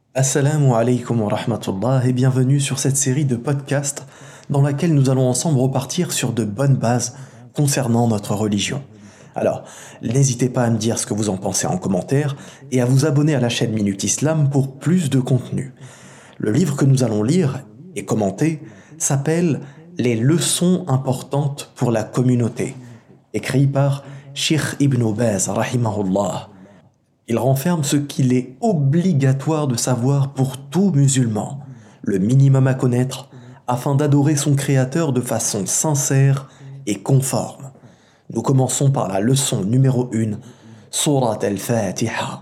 Assalamu alaikum wa rahmatullah et bienvenue sur cette série de podcasts dans laquelle nous allons ensemble repartir sur de bonnes bases concernant notre religion. Alors, n'hésitez pas à me dire ce que vous en pensez en commentaire et à vous abonner à la chaîne Minute Islam pour plus de contenu. Le livre que nous allons lire et commenter s'appelle Les leçons importantes pour la communauté, écrit par Cheikh Ibn Baz rahimahullah. Il renferme ce qu'il est obligatoire de savoir pour tout musulman, le minimum à connaître afin d'adorer son Créateur de façon sincère et conforme. Nous commençons par la leçon numéro 1, Surat al-Fatiha.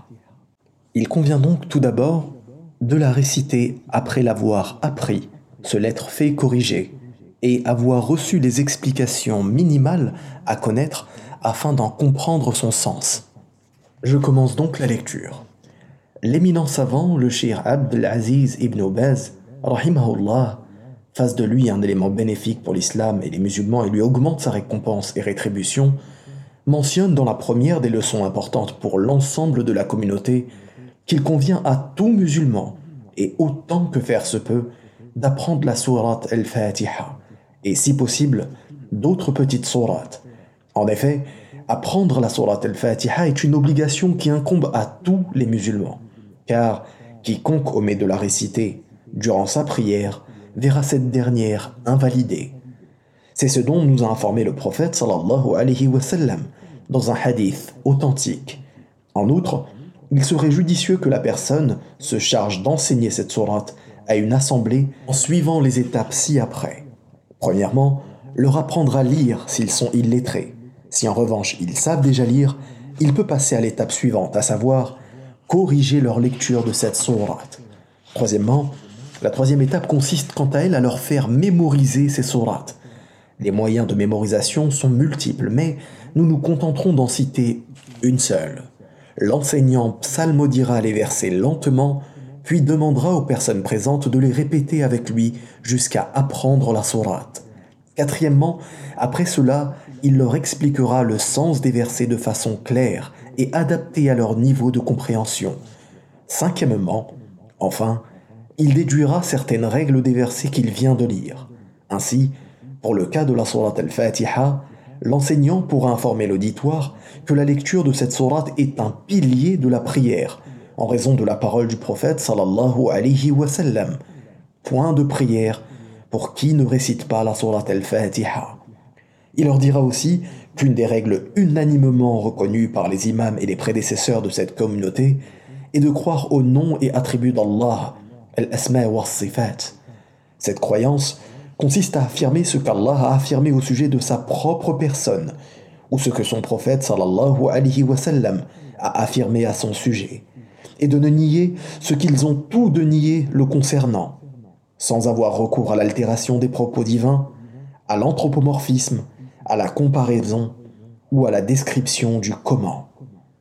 Il convient donc tout d'abord de la réciter après l'avoir appris, se l'être fait corriger, et avoir reçu les explications minimales à connaître afin d'en comprendre son sens. Je commence donc la lecture. L'éminent savant, le cheikh Abdelaziz ibn Baz, rahimahullah, fasse de lui un élément bénéfique pour l'islam et les musulmans et lui augmente sa récompense et rétribution, mentionne dans la première des leçons importantes pour l'ensemble de la communauté qu'il convient à tout musulman, et autant que faire se peut, d'apprendre la sourate al-Fatiha, et si possible, d'autres petites sourates. En effet, apprendre la sourate al-Fatiha est une obligation qui incombe à tous les musulmans, car quiconque omet de la réciter durant sa prière verra cette dernière invalidée. C'est ce dont nous a informé le prophète sallallahu alayhi wa sallam dans un hadith authentique. En outre, il serait judicieux que la personne se charge d'enseigner cette sourate à une assemblée en suivant les étapes ci-après. Premièrement, leur apprendre à lire s'ils sont illettrés. Si en revanche ils savent déjà lire, il peut passer à l'étape suivante, à savoir corriger leur lecture de cette sourate. Troisièmement, la troisième étape consiste quant à elle à leur faire mémoriser ces sourates. Les moyens de mémorisation sont multiples, mais nous nous contenterons d'en citer une seule. L'enseignant psalmodiera les versets lentement, puis demandera aux personnes présentes de les répéter avec lui jusqu'à apprendre la sourate. Quatrièmement, après cela, il leur expliquera le sens des versets de façon claire et adaptée à leur niveau de compréhension. Cinquièmement, enfin, il déduira certaines règles des versets qu'il vient de lire. Ainsi, pour le cas de la sourate al-Fatiha, l'enseignant pourra informer l'auditoire que la lecture de cette sourate est un pilier de la prière, en raison de la parole du prophète sallallahu alayhi wa sallam. Point de prière pour qui ne récite pas la sourate al-Fatiha. Il leur dira aussi qu'une des règles unanimement reconnues par les imams et les prédécesseurs de cette communauté est de croire aux noms et attributs d'Allah, al-Asma wa sifat. Cette croyance consiste à affirmer ce qu'Allah a affirmé au sujet de sa propre personne, ou ce que son prophète sallallahu alayhi wa sallam a affirmé à son sujet, et de ne nier ce qu'ils ont tout de nier le concernant, sans avoir recours à l'altération des propos divins, à l'anthropomorphisme, à la comparaison ou à la description du comment.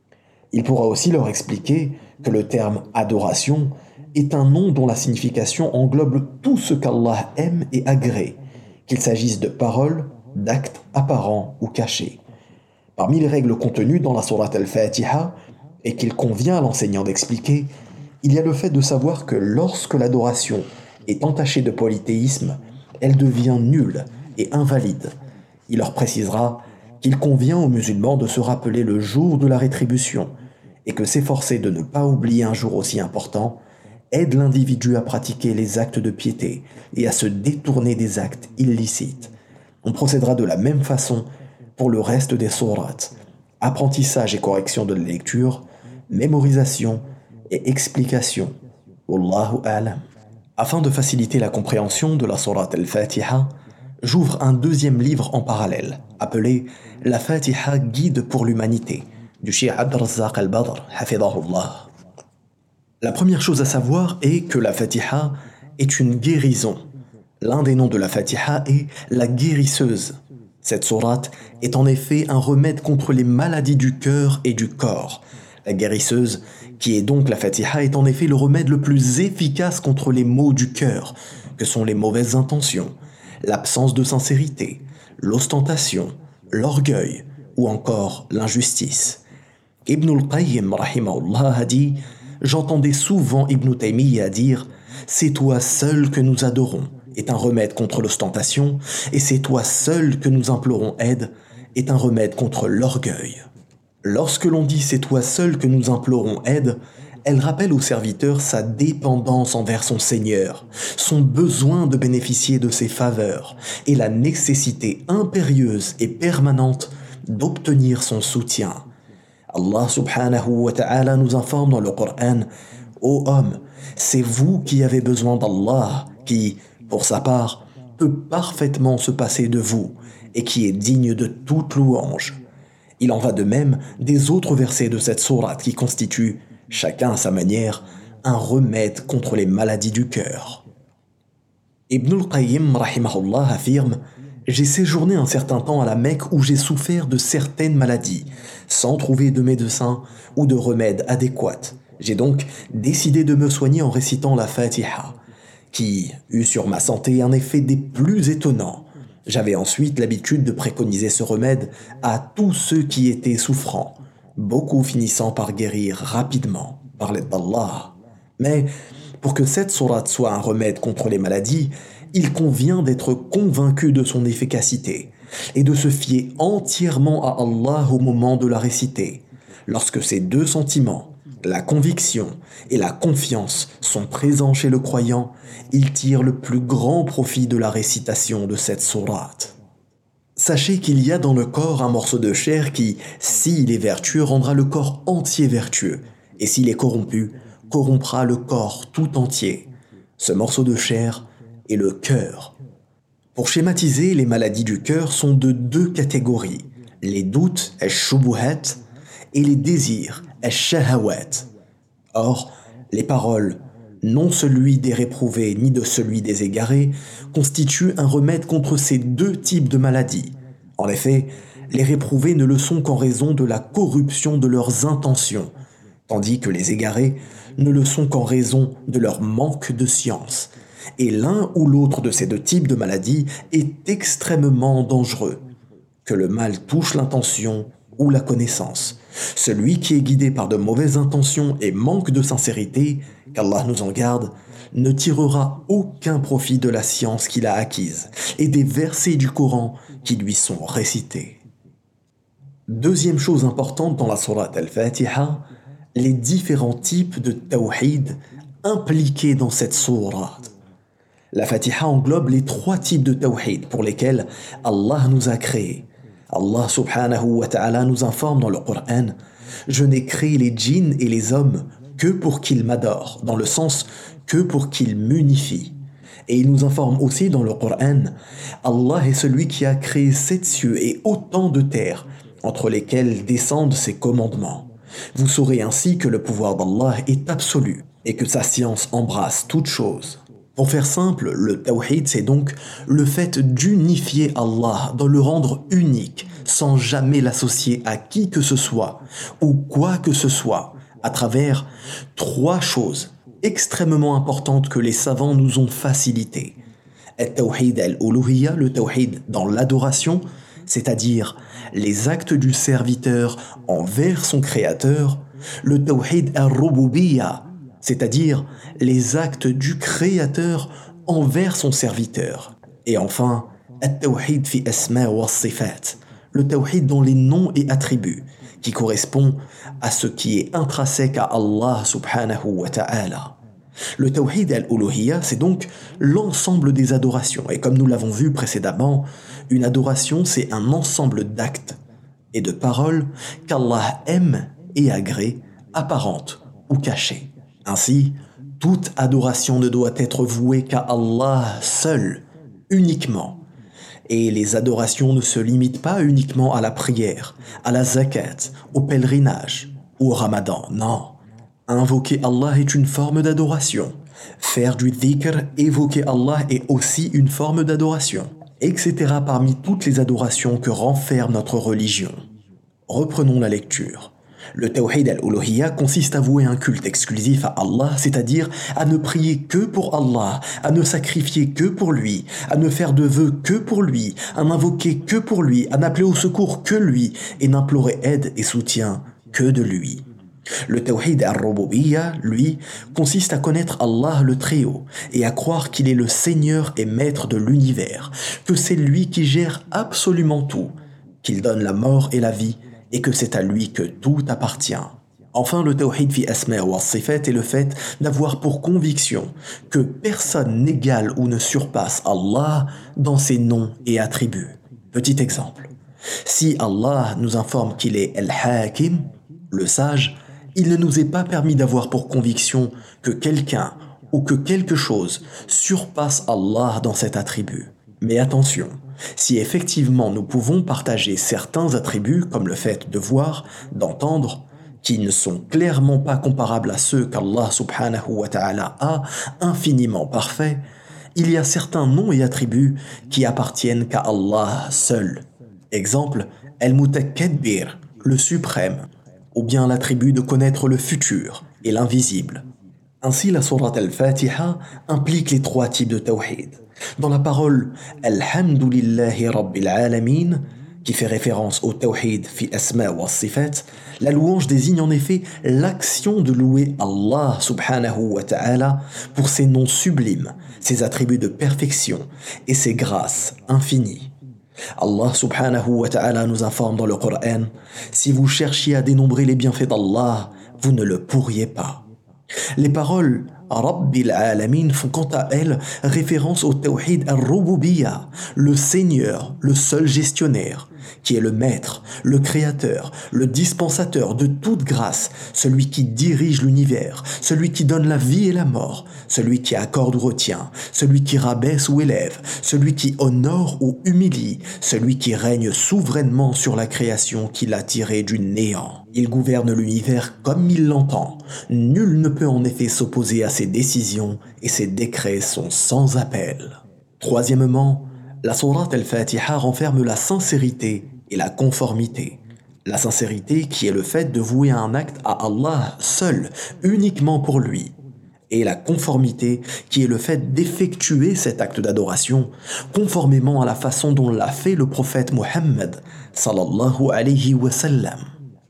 Il pourra aussi leur expliquer que le terme adoration est un nom dont la signification englobe tout ce qu'Allah aime et agrée, qu'il s'agisse de paroles, d'actes apparents ou cachés. Parmi les règles contenues dans la sourate al-Fatiha, et qu'il convient à l'enseignant d'expliquer, il y a le fait de savoir que lorsque l'adoration est entachée de polythéisme, elle devient nulle et invalide. Il leur précisera qu'il convient aux musulmans de se rappeler le jour de la rétribution et que s'efforcer de ne pas oublier un jour aussi important aide l'individu à pratiquer les actes de piété et à se détourner des actes illicites. On procédera de la même façon pour le reste des sourates, apprentissage et correction de la lecture, mémorisation et explication. Wallahu a'lam. Afin de faciliter la compréhension de la sourate al-Fatiha, j'ouvre un deuxième livre en parallèle, appelé La Fatiha Guide pour l'humanité, du cheikh Abd-Razzaq al-Badr, hafidahullah. La première chose à savoir est que la Fatiha est une guérison. L'un des noms de la Fatiha est la guérisseuse. Cette sourate est en effet un remède contre les maladies du cœur et du corps. La guérisseuse, qui est donc la Fatiha, est en effet le remède le plus efficace contre les maux du cœur, que sont les mauvaises intentions, l'absence de sincérité, l'ostentation, l'orgueil ou encore l'injustice. Ibn al-Qayyim rahimahullah a dit j'entendais souvent Ibn Taymiyyah dire « C'est toi seul que nous adorons » est un remède contre l'ostentation, et c'est toi seul que nous implorons aide est un remède contre l'orgueil. Lorsque l'on dit c'est toi seul que nous implorons aide, elle rappelle au serviteur sa dépendance envers son Seigneur, son besoin de bénéficier de ses faveurs et la nécessité impérieuse et permanente d'obtenir son soutien. Allah subhanahu wa ta'ala nous informe dans le Coran « Ô homme, c'est vous qui avez besoin d'Allah, qui, pour sa part, peut parfaitement se passer de vous et qui est digne de toute louange. » Il en va de même des autres versets de cette sourate qui constituent, chacun à sa manière, un remède contre les maladies du cœur. Ibn al-Qayyim rahimahullah affirme « J'ai séjourné un certain temps à la Mecque où j'ai souffert de certaines maladies, sans trouver de médecin ou de remède adéquat. J'ai donc décidé de me soigner en récitant la Fatiha, qui eut sur ma santé un effet des plus étonnants. J'avais ensuite l'habitude de préconiser ce remède à tous ceux qui étaient souffrants, beaucoup finissant par guérir rapidement, par l'aide d'Allah. Mais pour que cette sourate soit un remède contre les maladies, il convient d'être convaincu de son efficacité et de se fier entièrement à Allah au moment de la réciter. Lorsque ces deux sentiments, la conviction et la confiance, sont présents chez le croyant, il tire le plus grand profit de la récitation de cette sourate. Sachez qu'il y a dans le corps un morceau de chair qui, s'il est vertueux, rendra le corps entier vertueux, et s'il est corrompu, corrompra le corps tout entier. Ce morceau de chair est le cœur. Pour schématiser, les maladies du cœur sont de deux catégories, les doutes, ash-shubuhat, et les désirs, ash-shahawat. Or, les paroles, non celui des réprouvés ni de celui des égarés, constituent un remède contre ces deux types de maladies. En effet, les réprouvés ne le sont qu'en raison de la corruption de leurs intentions, tandis que les égarés ne le sont qu'en raison de leur manque de science. Et l'un ou l'autre de ces deux types de maladies est extrêmement dangereux. Que le mal touche l'intention ou la connaissance. Celui qui est guidé par de mauvaises intentions et manque de sincérité, qu'Allah nous en garde, ne tirera aucun profit de la science qu'il a acquise et des versets du Coran qui lui sont récités. Deuxième chose importante dans la sourate Al-Fatiha, les différents types de tawhid impliqués dans cette sourate. La Fatiha englobe les trois types de tawhid pour lesquels Allah nous a créés. Allah subhanahu wa ta'ala nous informe dans le Coran « Je n'ai créé les djinns et les hommes que pour qu'ils m'adorent, dans le sens que pour qu'ils m'unifient. » Et il nous informe aussi dans le Coran « Allah est celui qui a créé 7 cieux et autant de terres, entre lesquels descendent ses commandements. Vous saurez ainsi que le pouvoir d'Allah est absolu et que sa science embrasse toutes choses. » Pour faire simple, le tawhid, c'est donc le fait d'unifier Allah, de le rendre unique, sans jamais l'associer à qui que ce soit, ou quoi que ce soit, à travers 3 choses extrêmement importantes que les savants nous ont facilitées. Al-tawhid al-uluhiyya, le tawhid dans l'adoration, c'est-à-dire les actes du serviteur envers son créateur, le tawhid al-rububiyya, c'est-à-dire les actes du Créateur envers son serviteur. Et enfin, at-tawhid fi asma wa sifat, le tawhid dans les noms et attributs, qui correspond à ce qui est intrinsèque à Allah subhanahu wa ta'ala. Le tawhid al-uluhiyya, c'est donc l'ensemble des adorations. Et comme nous l'avons vu précédemment, une adoration, c'est un ensemble d'actes et de paroles qu'Allah aime et agrée, apparentes ou cachées. Ainsi, toute adoration ne doit être vouée qu'à Allah seul, uniquement. Et les adorations ne se limitent pas uniquement à la prière, à la zakat, au pèlerinage ou au ramadan, non. Invoquer Allah est une forme d'adoration. Faire du dhikr, évoquer Allah est aussi une forme d'adoration, etc. parmi toutes les adorations que renferme notre religion. Reprenons la lecture. Le tawhid al-uluhiyya consiste à vouer un culte exclusif à Allah, c'est-à-dire à ne prier que pour Allah, à ne sacrifier que pour lui, à ne faire de vœux que pour lui, à n'invoquer que pour lui, à n'appeler au secours que lui et n'implorer aide et soutien que de lui. Le tawhid al-rububiyya, lui, consiste à connaître Allah le Très-Haut et à croire qu'il est le Seigneur et Maître de l'univers, que c'est lui qui gère absolument tout, qu'il donne la mort et la vie et que c'est à lui que tout appartient. Enfin, le tawhid fi asma wa sifat est le fait d'avoir pour conviction que personne n'égale ou ne surpasse Allah dans ses noms et attributs. Petit exemple. Si Allah nous informe qu'il est Al-Hakim, le sage, il ne nous est pas permis d'avoir pour conviction que quelqu'un ou que quelque chose surpasse Allah dans cet attribut. Mais attention, si effectivement nous pouvons partager certains attributs comme le fait de voir, d'entendre, qui ne sont clairement pas comparables à ceux qu'Allah subhanahu wa ta'ala a, infiniment parfaits, il y a certains noms et attributs qui appartiennent qu'à Allah seul. Exemple, Al-Mutakabbir, le suprême, ou bien l'attribut de connaître le futur et l'invisible. Ainsi, la sourate Al-Fatiha implique les trois types de tawhid. Dans la parole Alhamdulillahi Rabbil Alamin, qui fait référence au tawhid fi asma wa sifat, la louange désigne en effet l'action de louer Allah subhanahu wa ta'ala pour ses noms sublimes, ses attributs de perfection et ses grâces infinies. Allah subhanahu wa ta'ala nous informe dans le Coran, si vous cherchiez à dénombrer les bienfaits d'Allah, vous ne le pourriez pas. Les paroles Rabbil Alamin font quant à elles référence au tawhid al-rububiyya, le Seigneur, le seul gestionnaire, qui est le maître, le créateur, le dispensateur de toute grâce, celui qui dirige l'univers, celui qui donne la vie et la mort, celui qui accorde ou retient, celui qui rabaisse ou élève, celui qui honore ou humilie, celui qui règne souverainement sur la création qu'il a tirée du néant. Il gouverne l'univers comme il l'entend. Nul ne peut en effet s'opposer à ses décisions et ses décrets sont sans appel. Troisièmement, la sourate Al-Fatiha renferme la sincérité et la conformité. La sincérité qui est le fait de vouer un acte à Allah seul, uniquement pour lui. Et la conformité qui est le fait d'effectuer cet acte d'adoration conformément à la façon dont l'a fait le prophète Mohammed sallallahu alayhi wa sallam.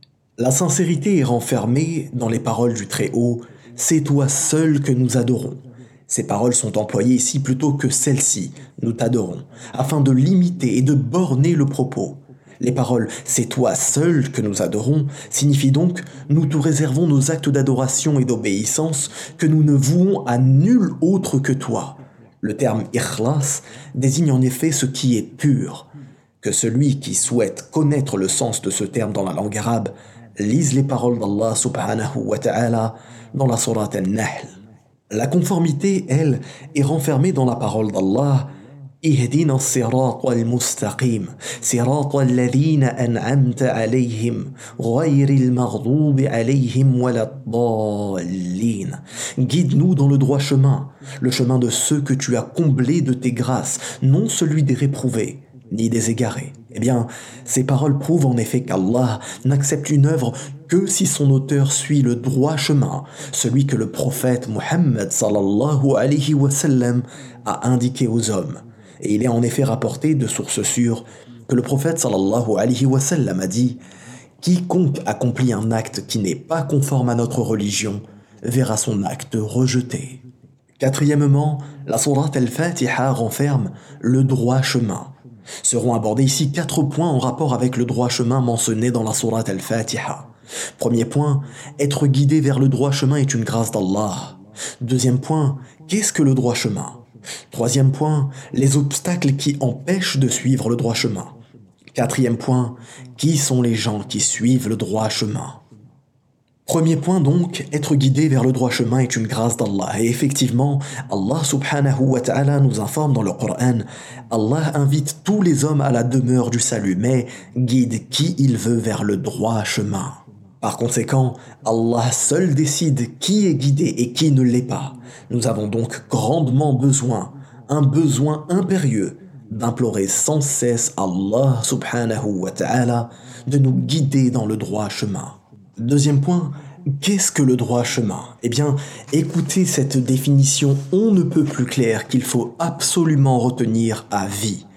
La sincérité est renfermée dans les paroles du Très-Haut « C'est toi seul que nous adorons ». Ces paroles sont employées ici plutôt que celles-ci, nous t'adorons, afin de limiter et de borner le propos. Les paroles « c'est toi seul que nous adorons » signifient donc « nous te réservons nos actes d'adoration et d'obéissance que nous ne vouons à nul autre que toi ». Le terme « ikhlas » désigne en effet ce qui est pur. Que celui qui souhaite connaître le sens de ce terme dans la langue arabe lise les paroles d'Allah subhanahu wa ta'ala dans la sourate An-Nahl. La conformité, elle, est renfermée dans la parole d'Allah Ihdina as-sirata al-mustaqim, sirata alladhina an'amta alayhim, ghayril maghdubi alayhim waladdallin. Guide-nous dans le droit chemin, le chemin de ceux que tu as comblés de tes grâces, non celui des réprouvés, ni des égarés. Eh bien, ces paroles prouvent en effet qu'Allah n'accepte une œuvre que si son auteur suit le droit chemin, celui que le prophète Mohammed sallallahu alayhi wa sallam a indiqué aux hommes. Et il est en effet rapporté de sources sûres que le prophète sallallahu alayhi wa sallam a dit « Quiconque accomplit un acte qui n'est pas conforme à notre religion verra son acte rejeté. » Quatrièmement, la sourate Al-Fatiha renferme le droit chemin. Seront abordés ici 4 points en rapport avec le droit chemin mentionné dans la sourate Al-Fatiha. Premier point, être guidé vers le droit chemin est une grâce d'Allah. Deuxième point, qu'est-ce que le droit chemin? Troisième point, les obstacles qui empêchent de suivre le droit chemin. Quatrième point, qui sont les gens qui suivent le droit chemin? Premier point donc, être guidé vers le droit chemin est une grâce d'Allah. Et effectivement, Allah subhanahu wa ta'ala nous informe dans le Coran, Allah invite tous les hommes à la demeure du salut, mais guide qui il veut vers le droit chemin. Par conséquent, Allah seul décide qui est guidé et qui ne l'est pas. Nous avons donc grandement besoin, un besoin impérieux, d'implorer sans cesse Allah subhanahu wa ta'ala de nous guider dans le droit chemin. Deuxième point, qu'est-ce que le droit chemin? Eh bien, écoutez cette définition on ne peut plus claire qu'il faut absolument retenir à vie.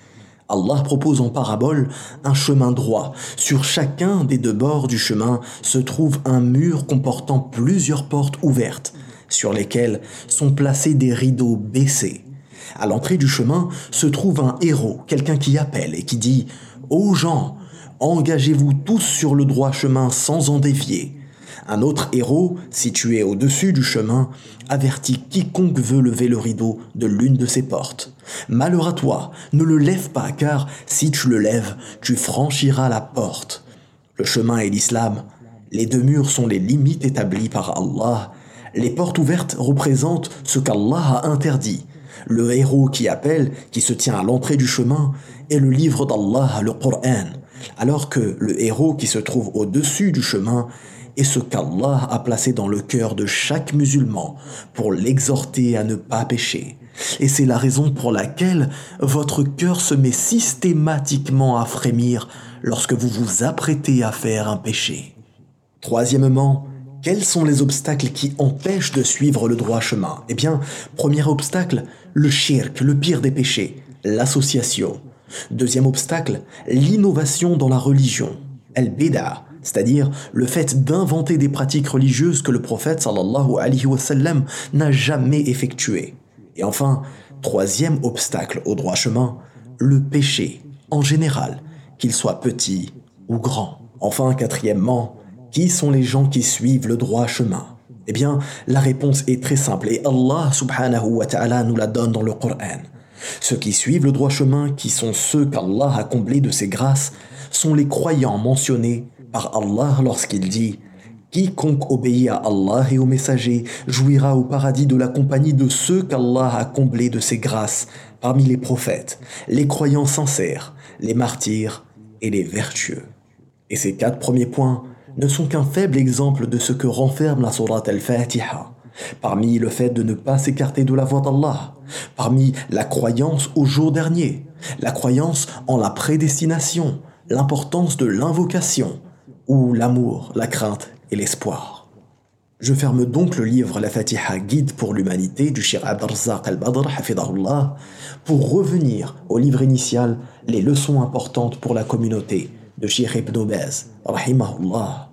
Allah propose en parabole un chemin droit. Sur chacun des deux bords du chemin se trouve un mur comportant plusieurs portes ouvertes, sur lesquelles sont placés des rideaux baissés. À l'entrée du chemin se trouve un héros, quelqu'un qui appelle et qui dit « Ô gens, engagez-vous tous sur le droit chemin sans en dévier ». Un autre héros, situé au-dessus du chemin, avertit quiconque veut lever le rideau de l'une de ces portes. Malheur à toi, ne le lève pas, car si tu le lèves, tu franchiras la porte. Le chemin est l'islam. Les deux murs sont les limites établies par Allah. Les portes ouvertes représentent ce qu'Allah a interdit. Le héros qui appelle, qui se tient à l'entrée du chemin, est le livre d'Allah, le Coran, alors que le héros qui se trouve au-dessus du chemin est ce qu'Allah a placé dans le cœur de chaque musulman pour l'exhorter à ne pas pécher. Et c'est la raison pour laquelle votre cœur se met systématiquement à frémir lorsque vous vous apprêtez à faire un péché. Troisièmement, quels sont les obstacles qui empêchent de suivre le droit chemin? Eh bien, premier obstacle, le shirk, le pire des péchés, l'association. Deuxième obstacle, l'innovation dans la religion, al-bid'a, c'est-à-dire le fait d'inventer des pratiques religieuses que le prophète sallallahu alayhi wa sallam n'a jamais effectuées. Et enfin, troisième obstacle au droit chemin, le péché en général, qu'il soit petit ou grand. Enfin, quatrièmement, qui sont les gens qui suivent le droit chemin? Eh bien, la réponse est très simple et Allah subhanahu wa ta'ala nous la donne dans le Coran. Ceux qui suivent le droit chemin, qui sont ceux qu'Allah a comblés de ses grâces, sont les croyants mentionnés par Allah lorsqu'il dit « Quiconque obéit à Allah et aux messagers jouira au paradis de la compagnie de ceux qu'Allah a comblés de ses grâces parmi les prophètes, les croyants sincères, les martyrs et les vertueux. » Et ces 4 premiers points ne sont qu'un faible exemple de ce que renferme la sourate al-Fatiha. Parmi le fait de ne pas s'écarter de la voie d'Allah, parmi la croyance au jour dernier, la croyance en la prédestination, l'importance de l'invocation, ou l'amour, la crainte et l'espoir. Je ferme donc le livre La Fatiha, guide pour l'humanité du Cheikh Abd-Razzaq al-Badr, hafidahullah, pour revenir au livre initial, les leçons importantes pour la communauté de Cheikh Ibn Baz, rahimahullah.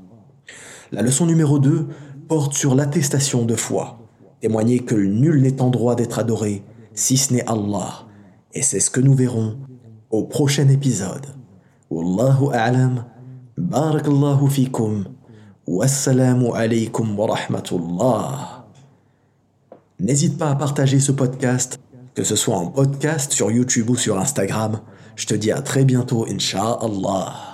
La leçon numéro 2 porte sur l'attestation de foi, témoigner que nul n'est en droit d'être adoré si ce n'est Allah, et c'est ce que nous verrons au prochain épisode. Wallahu a'lam, barakallahu fikum, wassalamu alaykum wa rahmatullah. N'hésite pas à partager ce podcast, que ce soit en podcast sur YouTube ou sur Instagram. Je te dis à très bientôt, Inch'Allah.